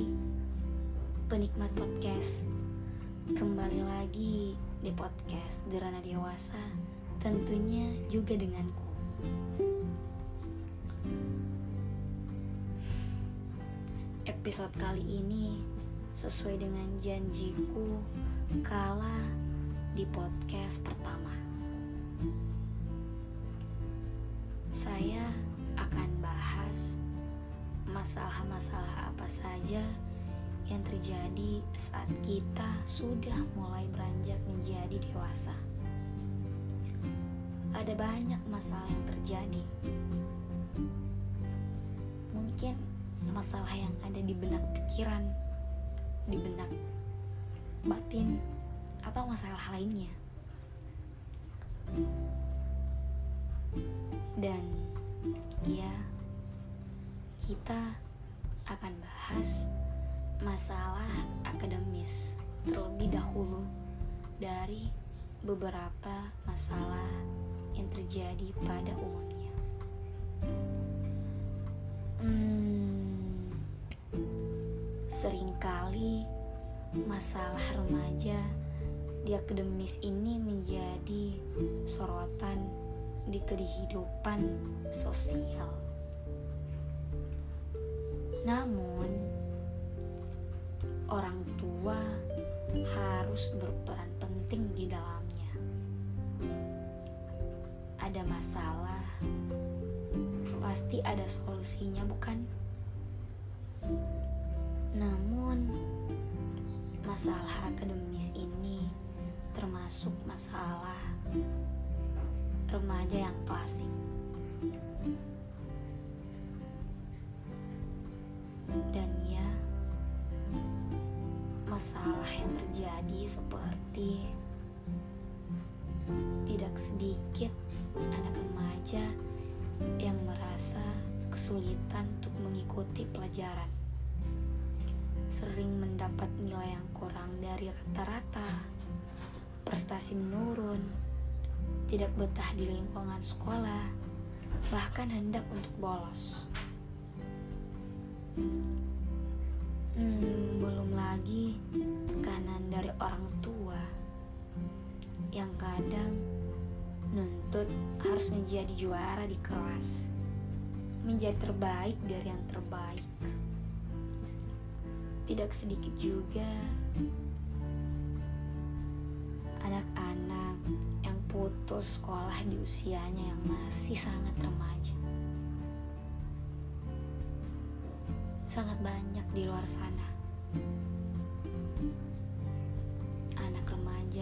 penikmat podcast. Kembali lagi di podcast Derana Dewasa, tentunya juga denganku. Episode kali ini sesuai dengan janjiku kala di podcast pertama. Saya akan bahas masalah-masalah apa saja yang terjadi saat kita sudah mulai beranjak menjadi dewasa. Ada banyak masalah yang terjadi. Mungkin masalah yang ada di benak pikiran, di benak batin, atau masalah lainnya. Dan ya, kita akan bahas masalah akademis terlebih dahulu dari beberapa masalah yang terjadi pada umumnya. Seringkali masalah remaja di akademis ini menjadi sorotan di kehidupan sosial. Namun, orang tua harus berperan penting di dalamnya. Ada masalah, pasti ada solusinya, bukan? Namun, masalah akademis ini termasuk masalah remaja yang klasik. Dan ya, masalah yang terjadi seperti tidak sedikit anak remaja yang merasa kesulitan untuk mengikuti pelajaran, sering mendapat nilai yang kurang dari rata-rata, prestasi menurun, tidak betah di lingkungan sekolah, bahkan hendak untuk bolos. Belum lagi tekanan dari orang tua yang kadang nuntut harus menjadi juara di kelas, menjadi terbaik dari yang terbaik. Tidak sedikit juga anak-anak yang putus sekolah di usianya yang masih sangat remaja. Sangat banyak di luar sana anak remaja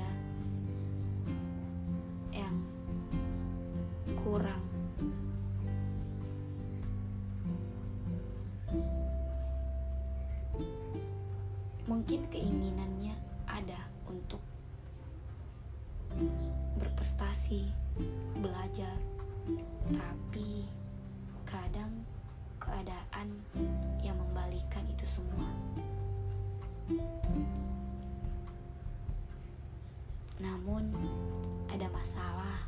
yang kurang mungkin keinginannya ada untuk berprestasi, belajar, tapi kadang keadaan yang membalikan itu semua. Namun ada masalah,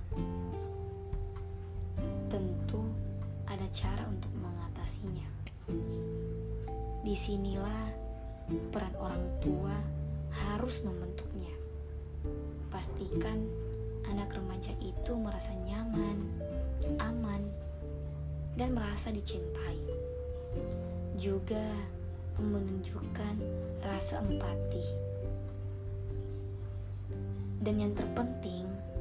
tentu ada cara untuk mengatasinya. Disinilah peran orang tua harus membentuknya. Pastikan anak remaja itu merasa nyaman, aman, dan merasa dicintai. Juga menunjukkan rasa empati. Dan yang terpenting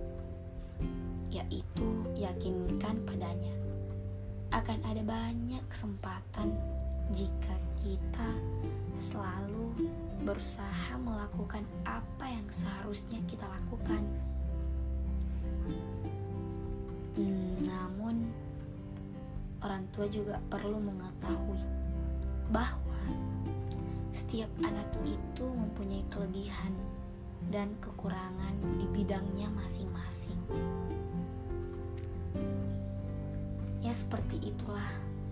yaitu yakinkan padanya akan ada banyak kesempatan jika kita selalu berusaha melakukan apa yang seharusnya kita lakukan. Namun orang tua juga perlu mengetahui bahwa setiap anak itu mempunyai kelebihan dan kekurangan di bidangnya masing-masing. Ya, seperti itulah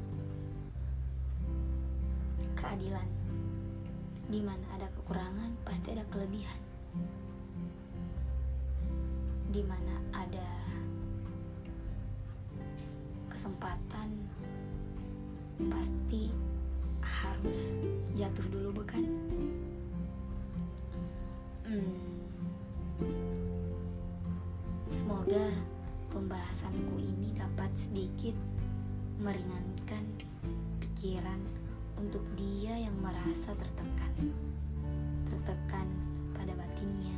keadilan. Di mana ada kekurangan, pasti ada kelebihan. Di mana ada kesempatan, pasti harus jatuh dulu, bukan? Semoga pembahasanku ini dapat sedikit meringankan pikiran untuk dia yang merasa tertekan pada batinnya,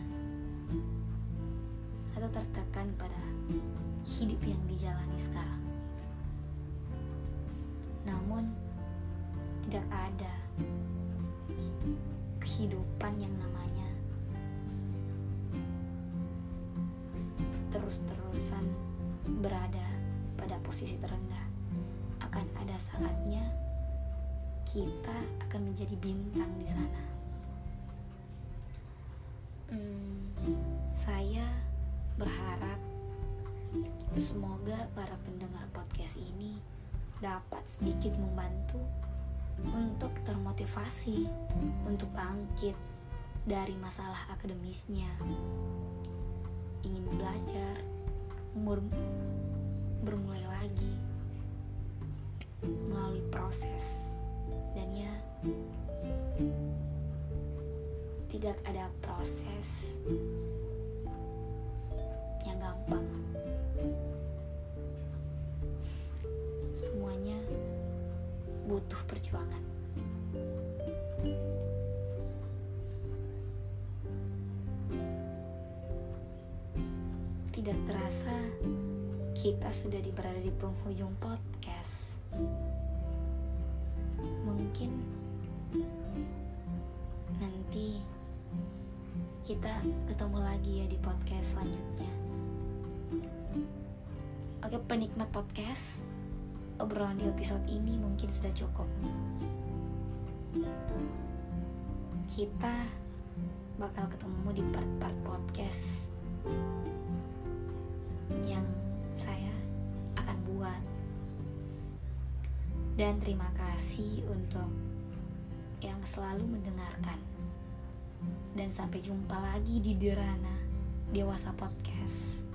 atau tertekan pada hidup yang dijalani sekarang. Namun tidak ada kehidupan yang namanya terus-terusan berada pada posisi terendah. Akan ada saatnya kita akan menjadi bintang di sana. Saya berharap semoga para pendengar podcast ini dapat sedikit membantu untuk termotivasi untuk bangkit dari masalah akademisnya, ingin belajar, bermulai lagi melalui proses. Dan ya, tidak ada proses yang gampang. Semuanya butuh perjuangan. Tidak terasa kita sudah berada di penghujung podcast. Mungkin nanti kita ketemu lagi ya di podcast selanjutnya. Oke, penikmat podcast, obrolan di episode ini mungkin sudah cukup. Kita bakal ketemu di part-part podcast yang saya akan buat. Dan terima kasih untuk yang selalu mendengarkan. Dan sampai jumpa lagi di Derana Dewasa Podcast.